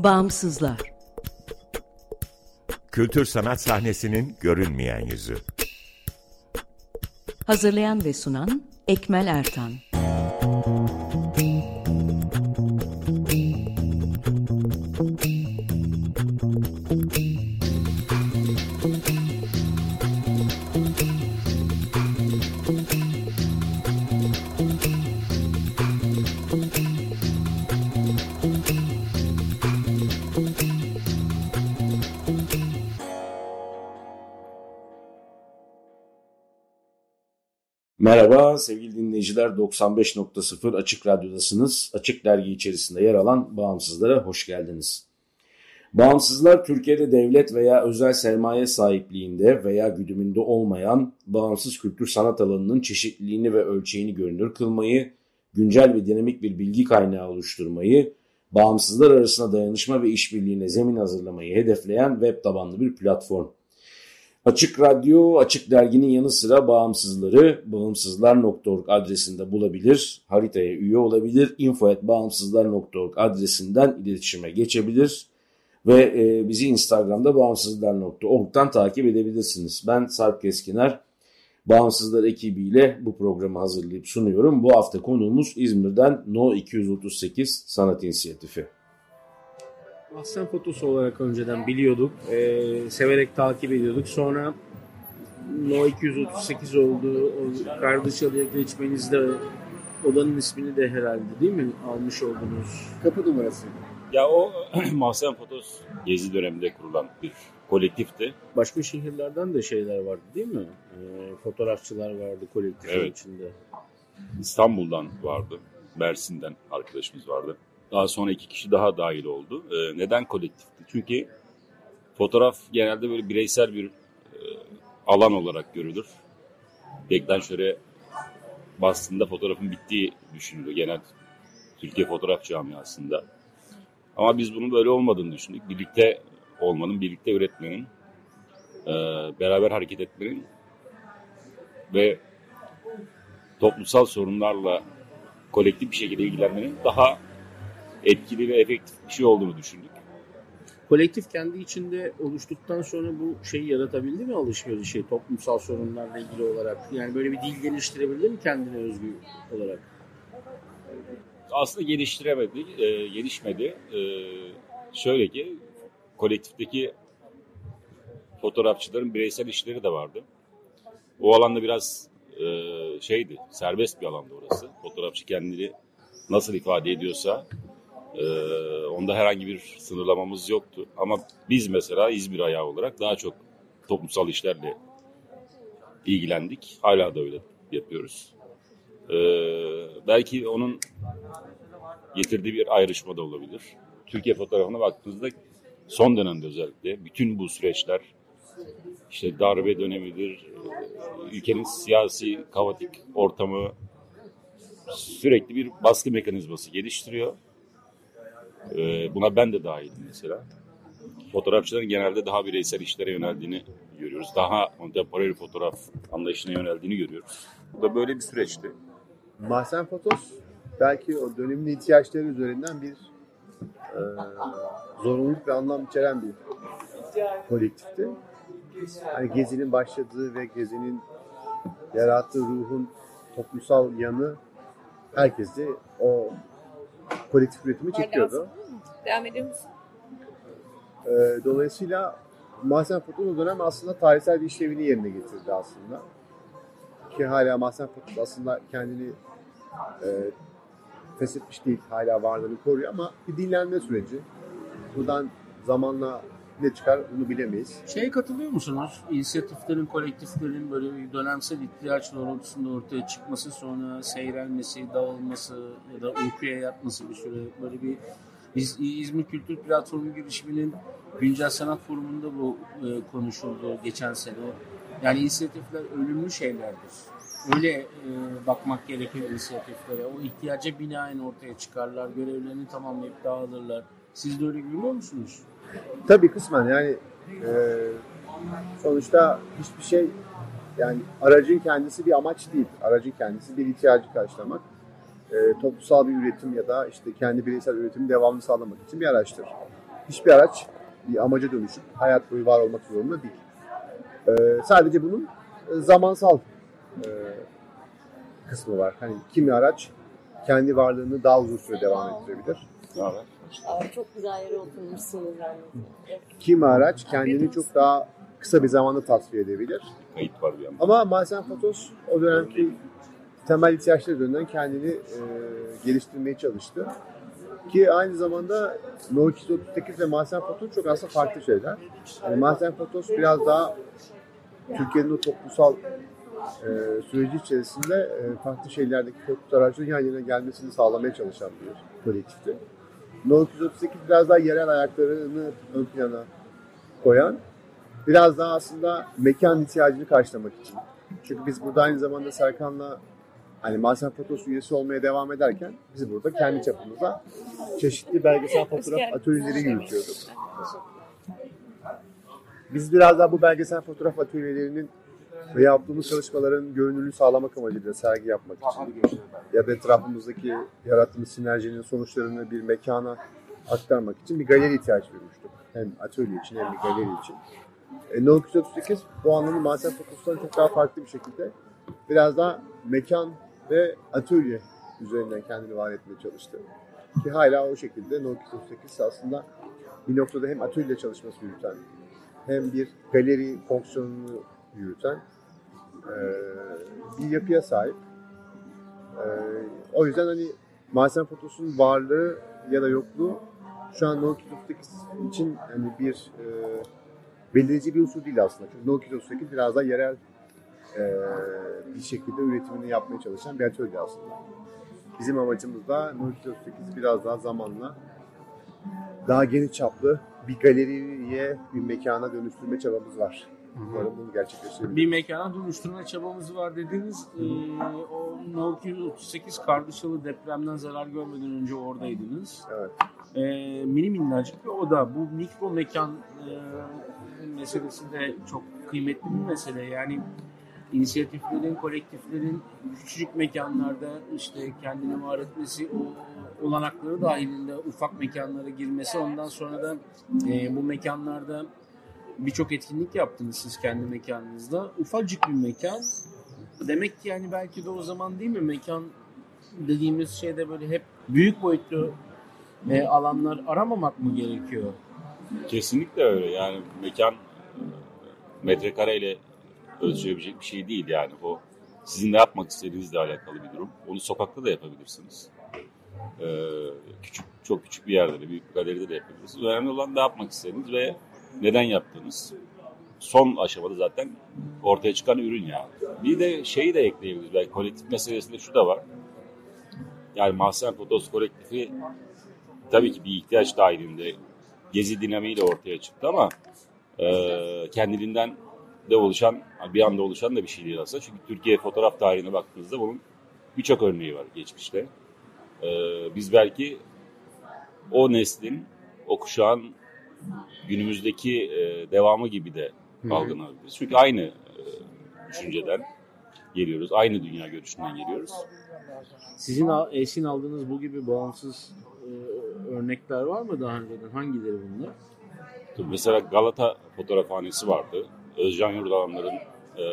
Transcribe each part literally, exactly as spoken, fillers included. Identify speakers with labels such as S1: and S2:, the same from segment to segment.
S1: Bağımsızlar.
S2: Kültür sanat sahnesinin görünmeyen yüzü.
S1: Hazırlayan ve sunan Ekmel Ertan.
S3: Merhaba sevgili dinleyiciler, doksan beş nokta sıfır Açık Radyo'dasınız. Açık Dergi içerisinde yer alan Bağımsızlar'a hoş geldiniz. Bağımsızlar, Türkiye'de devlet veya özel sermaye sahipliğinde veya güdümünde olmayan bağımsız kültür sanat alanının çeşitliliğini ve ölçeğini görünür kılmayı, güncel ve dinamik bir bilgi kaynağı oluşturmayı, bağımsızlar arasında dayanışma ve işbirliğine zemin hazırlamayı hedefleyen web tabanlı bir platform. Açık Radyo, Açık Dergi'nin yanı sıra Bağımsızları bağımsızlar nokta org adresinde bulabilir, haritaya üye olabilir, info at bağımsızlar nokta org adresinden iletişime geçebilir ve e, bizi Instagram'da bağımsızlar nokta org'dan takip edebilirsiniz. Ben Sarp Keskiner, Bağımsızlar ekibiyle bu programı hazırlayıp sunuyorum. Bu hafta konuğumuz İzmir'den No iki yüz otuz sekiz Sanat İnisiyatifi.
S4: Mahzen fotosu olarak önceden biliyorduk, e, severek takip ediyorduk. Sonra No iki yüz otuz sekiz oldu, o Kardeşalı'ya geçmenizde odanın ismini de herhalde değil mi almış oldunuz?
S5: Kapı numarası.
S6: Ya o Mahzen Fotos Gezi döneminde kurulan bir kolektifti.
S4: Başka şehirlerden de şeyler vardı değil mi? E, fotoğrafçılar vardı kolektifin
S6: evet.
S4: içinde.
S6: İstanbul'dan vardı, Mersin'den arkadaşımız vardı. Daha sonra iki kişi daha dahil oldu. Ee, neden kolektifti? Çünkü fotoğraf genelde böyle bireysel bir e, alan olarak görülür. Deklanşöre bastığında fotoğrafın bittiği düşünülür genel Türkiye fotoğraf camiasında. Ama biz bunun böyle olmadığını düşündük. Birlikte olmanın, birlikte üretmenin, e, beraber hareket etmenin ve toplumsal sorunlarla kolektif bir şekilde ilgilenmenin daha etkili ve efektif bir şey olduğunu düşündük.
S4: Kolektif kendi içinde oluştuktan sonra bu şeyi yaratabildi mi, alışverişi, toplumsal sorunlarla ilgili olarak? Yani böyle bir dil geliştirebildi mi kendine özgü olarak?
S6: Aslında geliştiremedi, e, gelişmedi. E, şöyle ki, kolektifteki fotoğrafçıların bireysel işleri de vardı. O alanda biraz e, şeydi, serbest bir alanda orası. Fotoğrafçı kendini nasıl ifade ediyorsa, Ee, onda herhangi bir sınırlamamız yoktu. Ama biz mesela İzmir ayağı olarak daha çok toplumsal işlerle ilgilendik. Hala da öyle yapıyoruz. Ee, belki onun getirdiği bir ayrışma da olabilir. Türkiye fotoğrafına baktığınızda son dönemde özellikle bütün bu süreçler, işte darbe dönemidir, ülkenin siyasi kaotik ortamı sürekli bir baskı mekanizması geliştiriyor. Buna ben de dahilim mesela. Fotoğrafçıların genelde daha bireysel işlere yöneldiğini görüyoruz. Daha contemporary fotoğraf anlayışına yöneldiğini görüyoruz. Bu da böyle bir süreçti.
S5: Mahzen Fotos belki o dönemin ihtiyaçları üzerinden bir e, zorunluluk ve anlam içeren bir kolektifti. Hani Gezi'nin başladığı ve Gezi'nin yarattığı ruhun toplumsal yanı herkesi o kolektif üretimi çekiyordu.
S7: Devam ediyor musun?
S5: Ee, dolayısıyla Mahzen Fotos o dönem aslında tarihsel bir işlevini yerine getirdi aslında. Ki hala Mahzen Fotos aslında kendini e, feshetmiş değil, hala varlığını koruyor ama bir dinlenme süreci. Buradan zamanla ne çıkar bunu bilemeyiz.
S4: Şeye katılıyor musunuz? İnisiyatiflerin, kolektiflerin böyle bir dönemsel ihtiyaç doğrultusunda ortaya çıkması, sonra seyrelmesi, dağılması ya da uykuya yatması bir süre, böyle bir İz, İzmir Kültür Platformu girişiminin Güncel Sanat Forumu'nda bu e, konuşuldu geçen sene. Yani inisiyatifler ölümlü şeylerdir. Öyle e, bakmak gerekir inisiyatiflere. O ihtiyaca binaen ortaya çıkarlar, görevlerini tamamlayıp dağılırlar. Siz de öyle görüyor musunuz?
S5: Tabii kısmen yani e, sonuçta hiçbir şey, yani aracın kendisi bir amaç değil. Aracın kendisi bir ihtiyacı karşılamak. E, toplumsal bir üretim ya da işte kendi bireysel üretimi devamlı sağlamak için bir araçtır. hiçbir araç bir amaca dönüşüp hayat boyu var olmak zorunda değil. Ee, sadece bunun zamansal e, kısmı var. Hani kimi araç kendi varlığını daha uzun süre devam ettirebilir.
S6: Evet.
S7: Aa, çok güzel yere oturmuşsunuz yani.
S5: Kimi araç kendini çok daha kısa bir zamanda tasfiye edebilir.
S6: Kayıt var bir yandan.
S5: Ama Masen Fotos o dönemki temel ihtiyaçları üzerinden kendini e, geliştirmeye çalıştı. Ki aynı zamanda No iki yüz otuz sekiz ve Masen Fotos çok aslında farklı şeyler. Yani Masen Fotos biraz daha Türkiye'nin o toplumsal e, süreci içerisinde e, farklı şeylerdeki toplumsal araçların yan yana gelmesini sağlamaya çalışan bir kolektifti. No iki yüz otuz sekiz biraz daha yerel ayaklarını ön plana koyan, biraz daha aslında mekan ihtiyacını karşılamak için. Çünkü biz burada aynı zamanda Serkan'la hani Masen Fotos üyesi olmaya devam ederken biz burada kendi çapımızda çeşitli belgesel fotoğraf atölyeleri yürütüyorduk. Biz biraz daha bu belgesel fotoğraf atölyelerinin ve yaptığımız çalışmaların görünürlüğünü sağlamak amacıyla sergi yapmak için ya da etrafımızdaki yarattığımız sinerjinin sonuçlarını bir mekana aktarmak için bir galeri ihtiyaç duymuştuk. Hem atölye için hem bir galeri için. E, No iki yüz otuz sekiz bu anlamda Masen Fotos'tan çok daha farklı bir şekilde biraz daha mekan ve atölye üzerinden kendini var etmeye çalıştı. Ki hala o şekilde No iki yüz otuz sekiz aslında bir noktada hem atölye çalışması yürüten hem bir galeri fonksiyonunu yürüten e, bir yapıya sahip. E, o yüzden hani Masen Fotos'un varlığı ya da yokluğu şu an No iki yüz otuz sekiz için hani bir e, belirleyici bir unsur değil aslında. Çünkü No iki yüz otuz sekiz biraz daha yerel e, bir şekilde üretimini yapmaya çalışan bir atölye aslında. Bizim amacımız da No iki yüz otuz sekiz biraz daha zamanla daha geniş çaplı bir galeriye, bir mekana dönüştürme çabamız var. Umarım bunu gerçekleştirebiliriz.
S4: Bir mekana dönüştürme çabamız var dediğiniz e, o No iki yüz otuz sekiz Kardeşalı depremden zarar görmeden önce oradaydınız.
S5: Evet.
S4: E, mini minnacık bir oda. Bu mikro mekan e, meselesi de çok kıymetli bir mesele. Yani inisiyatiflerin, kolektiflerin küçücük mekanlarda işte kendini var etmesi, o olanakları dahilinde ufak mekanlara girmesi, ondan sonra da e, bu mekanlarda birçok etkinlik yaptınız siz kendi mekanınızda. Ufacık bir mekan. Demek ki yani belki de o zaman değil mi mekan dediğimiz şeyde böyle hep büyük boyutlu e, alanlar aramamak mı gerekiyor?
S6: Kesinlikle öyle. Yani mekan metrekareyle ölçülebilecek bir şey değil yani. O sizin ne yapmak istediğinizle alakalı bir durum. Onu sokakta da yapabilirsiniz. Ee, küçük, çok küçük bir yerde de, büyük bir galeride de yapabilirsiniz. Önemli olan ne yapmak istediğiniz ve neden yaptığınız. Son aşamada zaten ortaya çıkan ürün yani. Bir de şeyi de ekleyebiliriz. Belki kolektif meselesinde şu da var. Yani Masen Fotos kolektifi tabii ki bir ihtiyaç dahilinde gezi dinamiğiyle ortaya çıktı ama e, kendiliğinden de oluşan, bir anda oluşan da bir şey değil aslında. Çünkü Türkiye fotoğraf tarihine baktığınızda bunun birçok örneği var geçmişte. Ee, biz belki o neslin, o kuşağın günümüzdeki e, devamı gibi de algılanabiliriz. Çünkü aynı e, düşünceden geliyoruz, aynı dünya görüşünden geliyoruz.
S4: Sizin esin aldığınız bu gibi bağımsız e, örnekler var mı daha önceden? Hangileri bunlar?
S6: Tabii mesela Galata fotoğrafhanesi vardı. Özcan Yurdalanların e,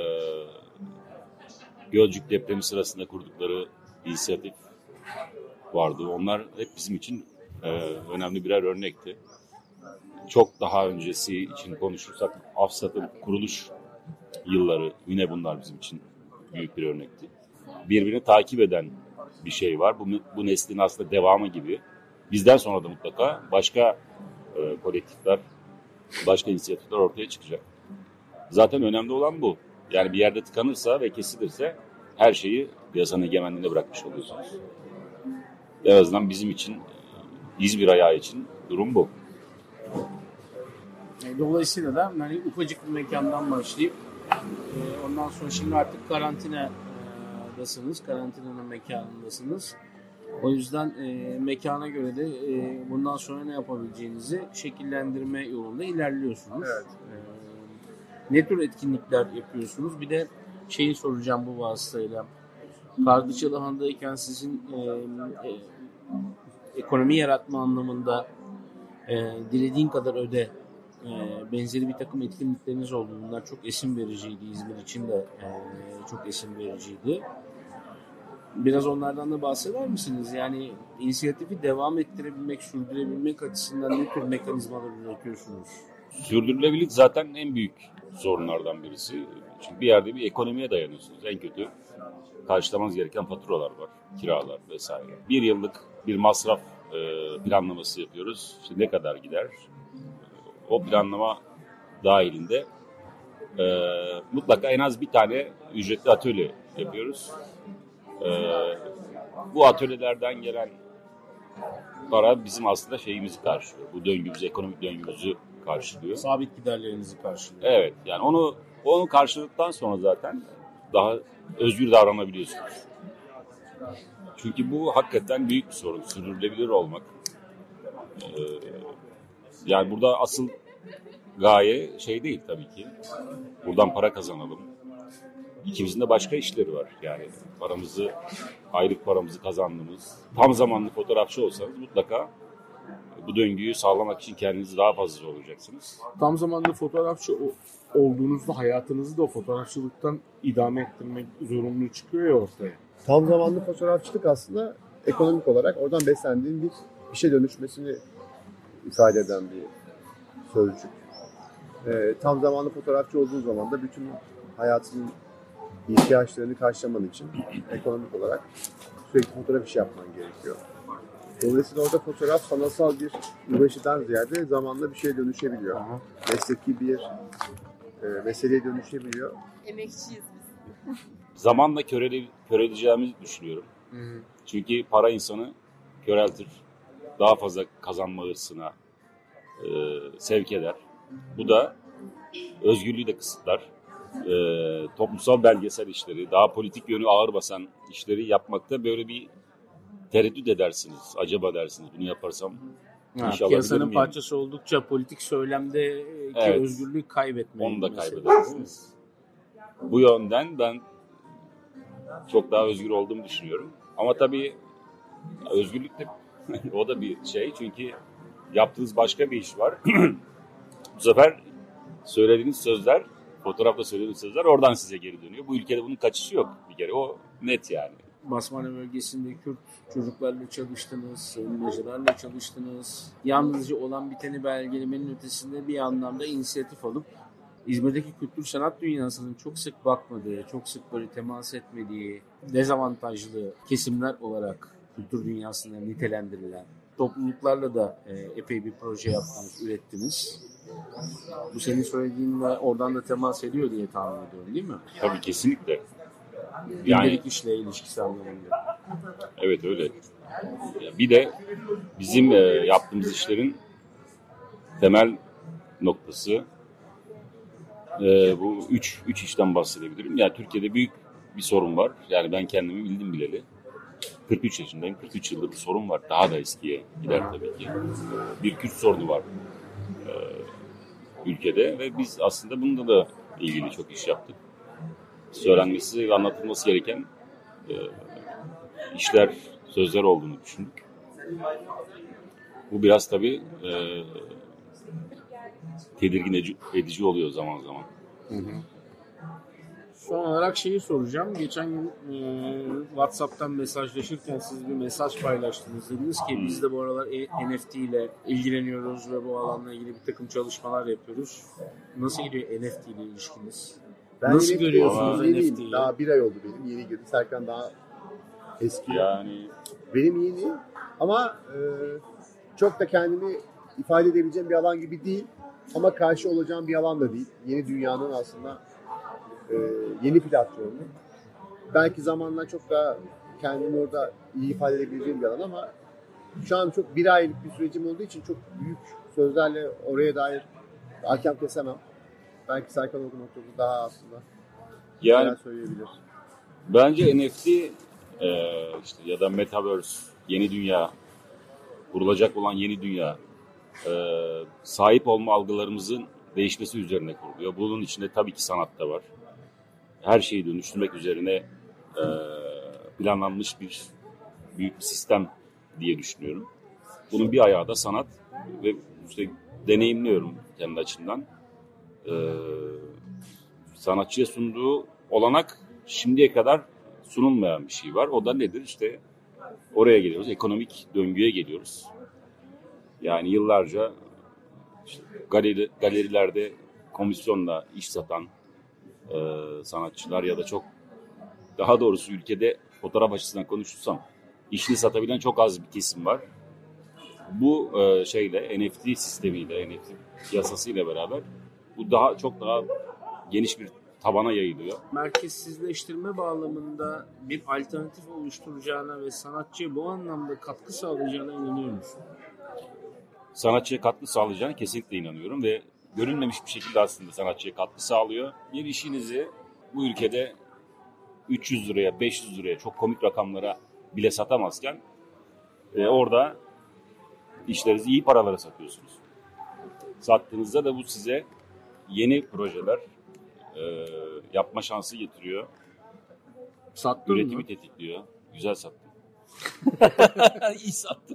S6: Gölcük depremi sırasında kurdukları inisiyatif vardı. Onlar hep bizim için e, önemli birer örnekti. Çok daha öncesi için konuşursak Afsat'ın kuruluş yılları yine bunlar bizim için büyük bir örnekti. Birbirini takip eden bir şey var. Bu, bu neslin aslında devamı gibi. Bizden sonra da mutlaka başka e, kolektifler, başka inisiyatifler ortaya çıkacak. Zaten önemli olan bu. Yani bir yerde tıkanırsa ve kesilirse her şeyi piyasanın egemenliğine bırakmış oluyorsunuz. En azından bizim için, İzmir ayağı için durum bu.
S4: Dolayısıyla da hani ufacık bir mekandan başlayıp ondan sonra şimdi artık karantinadasınız, karantinanın mekanındasınız. O yüzden e, mekana göre de e, bundan sonra ne yapabileceğinizi şekillendirme yolunda ilerliyorsunuz.
S5: Evet.
S4: E, ne tür etkinlikler yapıyorsunuz? Bir de şeyi soracağım bu vasıtayla. Kardıçalıhan'dayken sizin e, e, ekonomi yaratma anlamında E, dilediğin kadar öde. E, benzeri bir takım etkinlikleriniz oldu. Bunlar çok esin vericiydi. İzmir için de e, çok esin vericiydi. Biraz onlardan da bahseder misiniz? Yani inisiyatifi devam ettirebilmek, sürdürebilmek açısından ne tür mekanizmalar üretiyorsunuz?
S6: Sürdürülebilirlik zaten en büyük sorunlardan birisi. Çünkü bir yerde bir ekonomiye dayanıyorsunuz. En kötü karşılamanız gereken faturalar var, kiralar vesaire. Bir yıllık bir masraf e, planlaması yapıyoruz. İşte ne kadar gider? O planlama dahilinde e, mutlaka en az bir tane ücretli atölye yapıyoruz. E, bu atölyelerden gelen para bizim aslında şeyimizi karşılıyor. Bu döngümüzü, ekonomik döngümüzü karşılıyor.
S4: Sabit giderlerinizi karşılıyor.
S6: Evet, yani onu onu karşıladıktan sonra zaten daha özgür davranabiliyorsunuz. Çünkü bu hakikaten büyük bir sorun. Sürdürülebilir olmak. Ee, yani burada asıl gaye şey değil tabii ki. Buradan para kazanalım. İkimizin de başka işleri var. Yani paramızı, aylık paramızı kazandığımız, tam zamanlı fotoğrafçı olsanız mutlaka bu döngüyü sağlamak için kendinizi daha fazla zorlayacaksınız.
S4: Tam zamanlı fotoğrafçı olduğunuzda hayatınızı da o fotoğrafçılıktan idame ettirmek zorunlu çıkıyor ya ortaya.
S5: Tam zamanlı fotoğrafçılık aslında ekonomik olarak oradan beslendiğin bir işe dönüşmesini ifade eden bir sözcük. Ee, tam zamanlı fotoğrafçı olduğun zaman da bütün hayatının ihtiyaçlarını karşılaman için ekonomik olarak sürekli fotoğraf işi yapman gerekiyor. Dolayısıyla orada fotoğraf sanatsal bir uğraşıdan ziyade zamanla bir şeye dönüşebiliyor. Aha. Mesleki bir e, meseleye dönüşebiliyor.
S7: Emekçiyiz biz.
S6: Zamanla körele, köreleyeceğimizi düşünüyorum. Hı hı. Çünkü para insanı köreltir. Daha fazla kazanma hırsına e, sevk eder. Bu da özgürlüğü de kısıtlar. E, toplumsal belgesel işleri, daha politik yönü ağır basan işleri yapmakta böyle bir tereddüt edersiniz. Acaba dersiniz bunu yaparsam
S4: ha, piyasanın parçası oldukça politik söylemde
S6: evet,
S4: özgürlüğü kaybetmeyin.
S6: Onu da kaybedersiniz. Bu yönden ben çok daha özgür olduğumu düşünüyorum. Ama tabii özgürlük de o da bir şey. Çünkü yaptığınız başka bir iş var. Bu sefer söylediğiniz sözler, fotoğrafta söylediğiniz sözler oradan size geri dönüyor. Bu ülkede bunun kaçışı yok bir kere. O net yani.
S4: Basmane bölgesinde Kürt çocuklarla çalıştınız, sığınmacılarla çalıştınız. Yalnızca olan biteni belgelemenin ötesinde bir anlamda inisiyatif alıp İzmir'deki kültür sanat dünyasının çok sık bakmadığı, çok sık böyle temas etmediği dezavantajlı kesimler olarak kültür dünyasında nitelendirilen topluluklarla da e, epey bir proje yaptınız, ürettiniz. Bu senin söylediğinle oradan da temas ediyor diye tahmin ediyorum, değil mi?
S6: Tabii kesinlikle.
S4: Yani işle ilişkisi anlamında.
S6: Evet öyle. Bir de bizim e, yaptığımız işlerin temel noktası e, bu üç üç işten bahsedebilirim. Yani Türkiye'de büyük bir sorun var. Yani ben kendimi bildim bileli. kırk üç yaşındayım. kırk üç yıldır bir sorun var. Daha da eskiye gider tabii ki. Bir Kürt sorunu var e, ülkede ve biz aslında bununla da ilgili çok iş yaptık. Söylenmesi ve anlatılması gereken e, işler, sözler olduğunu düşündük. Bu biraz tabii e, tedirgin edici, edici oluyor zaman zaman.
S4: Hı hı. Son olarak şeyi soracağım. Geçen gün e, WhatsApp'tan mesajlaşırken siz bir mesaj paylaştınız. Dediniz ki hmm. biz de bu aralar N F T ile ilgileniyoruz ve bu alanla ilgili bir takım çalışmalar yapıyoruz. Nasıl gidiyor N F T ile ilişkiniz?
S5: Ben
S4: Nasıl görüyorsunuz N F T'yi?
S5: Daha bir ay oldu benim. Yeni girdim. Serkan daha eski.
S6: Yani
S5: benim yeni ama e, çok da kendimi ifade edebileceğim bir alan gibi değil. Ama karşı olacağım bir alan da değil. Yeni dünyanın aslında e, yeni platformu. Belki zamanla çok daha kendimi orada iyi ifade edebileceğim bir alan ama şu an çok bir aylık bir sürecim olduğu için çok büyük sözlerle oraya dair hakem kesemem. Belki Serkan o noktada daha aslında
S6: yani
S5: söyleyebilir.
S6: Bence N F T e, işte ya da Metaverse, yeni dünya, kurulacak olan yeni dünya e, sahip olma algılarımızın değişmesi üzerine kuruluyor. Bunun içinde tabii ki sanat da var. Her şeyi dönüştürmek üzerine e, planlanmış bir büyük bir sistem diye düşünüyorum. Bunun bir ayağı da sanat ve işte deneyimliyorum kendi açımdan. Ee, sanatçıya sunduğu olanak şimdiye kadar sunulmayan bir şey var. O da nedir? İşte oraya geliyoruz. Ekonomik döngüye geliyoruz. Yani yıllarca işte galeri, galerilerde komisyonla iş satan e, sanatçılar ya da çok daha doğrusu ülkede fotoğraf açısından konuşursam işini satabilen çok az bir kesim var. Bu e, şeyle N F T sistemiyle, N F T yasasıyla beraber bu daha çok daha geniş bir tabana yayılıyor.
S4: Merkezsizleştirme bağlamında bir alternatif oluşturacağına ve sanatçıya bu anlamda katkı sağlayacağına inanıyor musun?
S6: Sanatçıya katkı sağlayacağına kesinlikle inanıyorum ve görünmemiş bir şekilde aslında sanatçıya katkı sağlıyor. Bir işinizi bu ülkede üç yüz liraya, beş yüz liraya çok komik rakamlara bile satamazken e, orada işlerinizi iyi paralara satıyorsunuz. Sattığınızda da bu size yeni projeler e, yapma şansı getiriyor.
S4: Sattın
S6: Üretimi
S4: mı?
S6: tetikliyor. Güzel sattım.
S4: İyi sattın.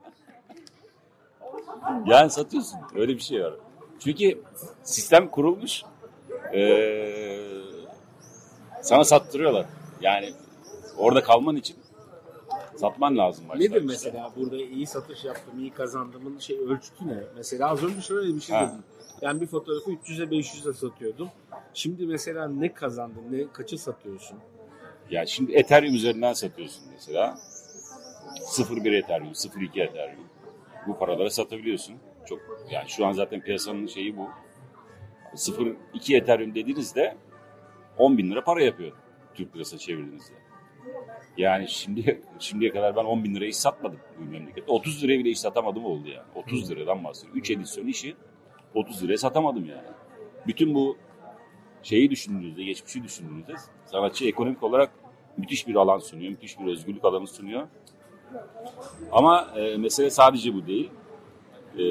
S6: Yani satıyorsun. Öyle bir şey var. Çünkü sistem kurulmuş. Ee, sana sattırıyorlar. Yani orada kalman için satman lazım.
S4: Nedir mesela burada iyi satış yaptım, iyi kazandımın şey ölçütü ne? Mesela az önce şöyle bir şey
S6: Ha.
S4: dedim. Yani bir fotoğrafı üç yüze beş yüze satıyordum. Şimdi mesela ne kazandın, ne kaça satıyorsun?
S6: Yani şimdi Ethereum üzerinden satıyorsun mesela. sıfır virgül bir Ethereum, sıfır virgül iki Ethereum. Bu paralara satabiliyorsun. Çok yani şu an zaten piyasanın şeyi bu. sıfır virgül iki Ethereum dediğinizde on bin lira para yapıyor Türk lirasına çevirdiğinizde. Yani şimdi şimdiye kadar ben on bin liraya iş satmadım bu memlekette. otuz liraya bile iş satamadım oldu yani. otuz liradan bahsediyorum. üç edisyon işi otuz liraya satamadım yani. Bütün bu şeyi düşündüğünüzde, geçmişi düşündüğünüzde sanatçı ekonomik olarak müthiş bir alan sunuyor. Müthiş bir özgürlük alanı sunuyor. Ama e, mesele sadece bu değil. E,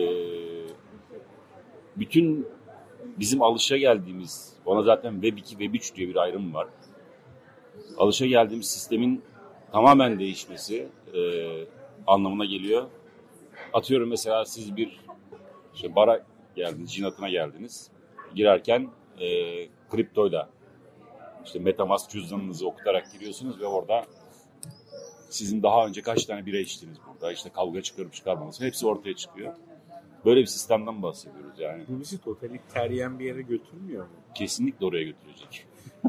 S6: bütün bizim alışa geldiğimiz, ona zaten Web iki, Web üç diye bir ayrım var. Alışa geldiğimiz sistemin tamamen değişmesi e, anlamına geliyor. Atıyorum mesela siz bir işte bara geldiniz, jinatına geldiniz. Girerken e, kriptoyla işte MetaMask cüzdanınızı okutarak giriyorsunuz ve orada sizin daha önce kaç tane bira içtiniz burada, işte kavga çıkarıp çıkarmanız hepsi ortaya çıkıyor. Böyle bir sistemden bahsediyoruz yani.
S4: Bu bizi totaliteryen bir yere götürmüyor mu?
S6: Kesinlikle oraya götürecek.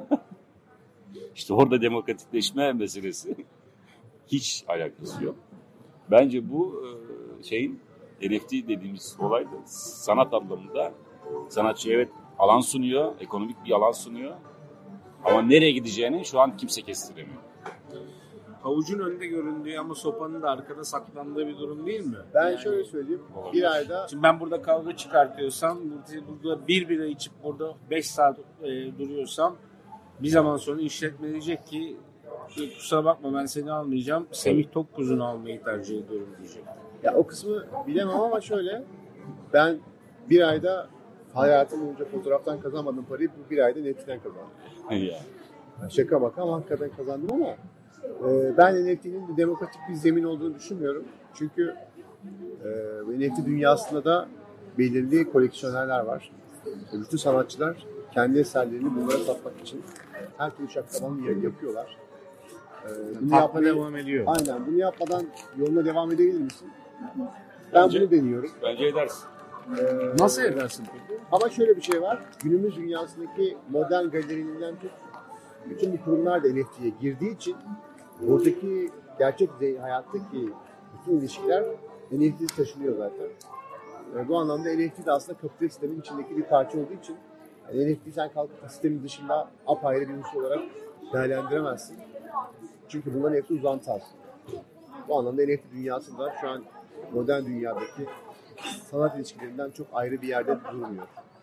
S6: İşte orada demokratikleşme meselesi hiç alakası yok. Bence bu şeyin N F T dediğimiz olay da sanat anlamında sanatçı evet alan sunuyor, ekonomik bir alan sunuyor. Ama nereye gideceğini şu an kimse kestiremiyor.
S4: Havucun önünde göründüğü ama sopanın da arkada saklandığı bir durum değil mi?
S5: Ben
S4: Yani-
S5: şöyle söyleyeyim.
S6: Olabilir.
S5: Bir ayda
S4: Şimdi ben burada kavga çıkartıyorsam, burada, burada bir bira içip burada beş saat e, duruyorsam bir zaman sonra işletme diyecek ki kusura bakma ben seni almayacağım, Semih Tokguz'unu almayı tercih ediyorum diyecek.
S5: ya o kısmı bilemem ama şöyle ben bir ayda hayatım boyunca fotoğraftan kazanmadığım parayı bu bir ayda Netflix'ten kazandım.
S6: Yani.
S5: Yani şaka baka ama hakikaten kazandım ama e, ben N F T'nin de demokratik bir zemin olduğunu düşünmüyorum. Çünkü e, N F T dünyasında da belirli koleksiyonerler var. E, bütün sanatçılar kendi eserlerini bunlara satmak için her türlü şaklamanı yapıyorlar. E, bunu
S4: Tatlı
S5: yapmayı-
S4: devam ediyor.
S5: Aynen. Bunu yapmadan yoluna devam edebilir misin? Ben
S6: Bence-
S5: bunu deniyorum.
S6: Bence edersin.
S5: Ee,
S4: Nasıl edersin peki?
S5: Ama şöyle bir şey var. Günümüz dünyasındaki modern galeriliğinden tut, bütün bu kurumlar da N F T'ye girdiği için oradaki gerçek ze- hayattaki bütün ilişkiler N F T'ye taşınıyor zaten. Ee, bu anlamda N F T de aslında kapitalist sistemin içindeki bir parça olduğu için yani N F T'yi sen kalkıp sistemin dışında apayrı bir unsur olarak değerlendiremezsin. Çünkü bunların hepsi uzantı aslında. Bu anlamda N F T dünyasında şu an modern dünyadaki sanat ilişkilerinden çok ayrı bir yerde durmuyor.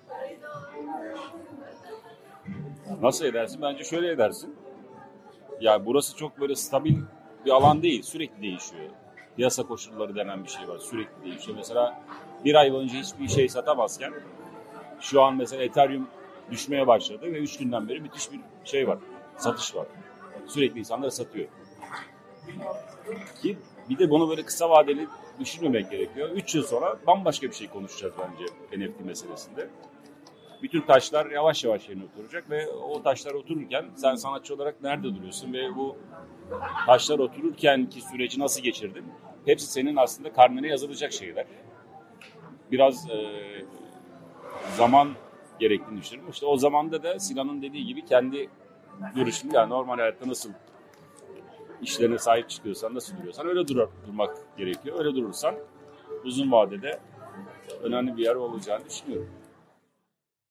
S6: Nasıl edersin? Bence şöyle edersin. Ya burası çok böyle stabil bir alan değil. Sürekli değişiyor. Piyasa koşulları denen bir şey var. Sürekli değişiyor. Mesela bir ay boyunca hiçbir şey satamazken şu an mesela Ethereum düşmeye başladı ve üç günden beri müthiş bir şey var. Satış var. Sürekli insanlar satıyor. Ki bir de bunu böyle kısa vadeli düşünmemek gerekiyor. üç yıl sonra bambaşka bir şey konuşacağız bence N F T meselesinde. Bütün taşlar yavaş yavaş yerine oturacak ve o taşlar otururken sen sanatçı olarak nerede duruyorsun ve bu taşlar otururkenki süreci nasıl geçirdin? Hepsi senin aslında karnene yazılacak şeyler. Biraz e, zaman gerektiğini düşünüyorum. İşte o zamanda da Sinan'ın dediği gibi kendi görüşünü, yani normal hayatta nasıl işlerine sahip çıkıyorsan, nasıl duruyorsan öyle dur durmak gerekiyor. Öyle durursan uzun vadede önemli bir yer olacağını düşünüyorum.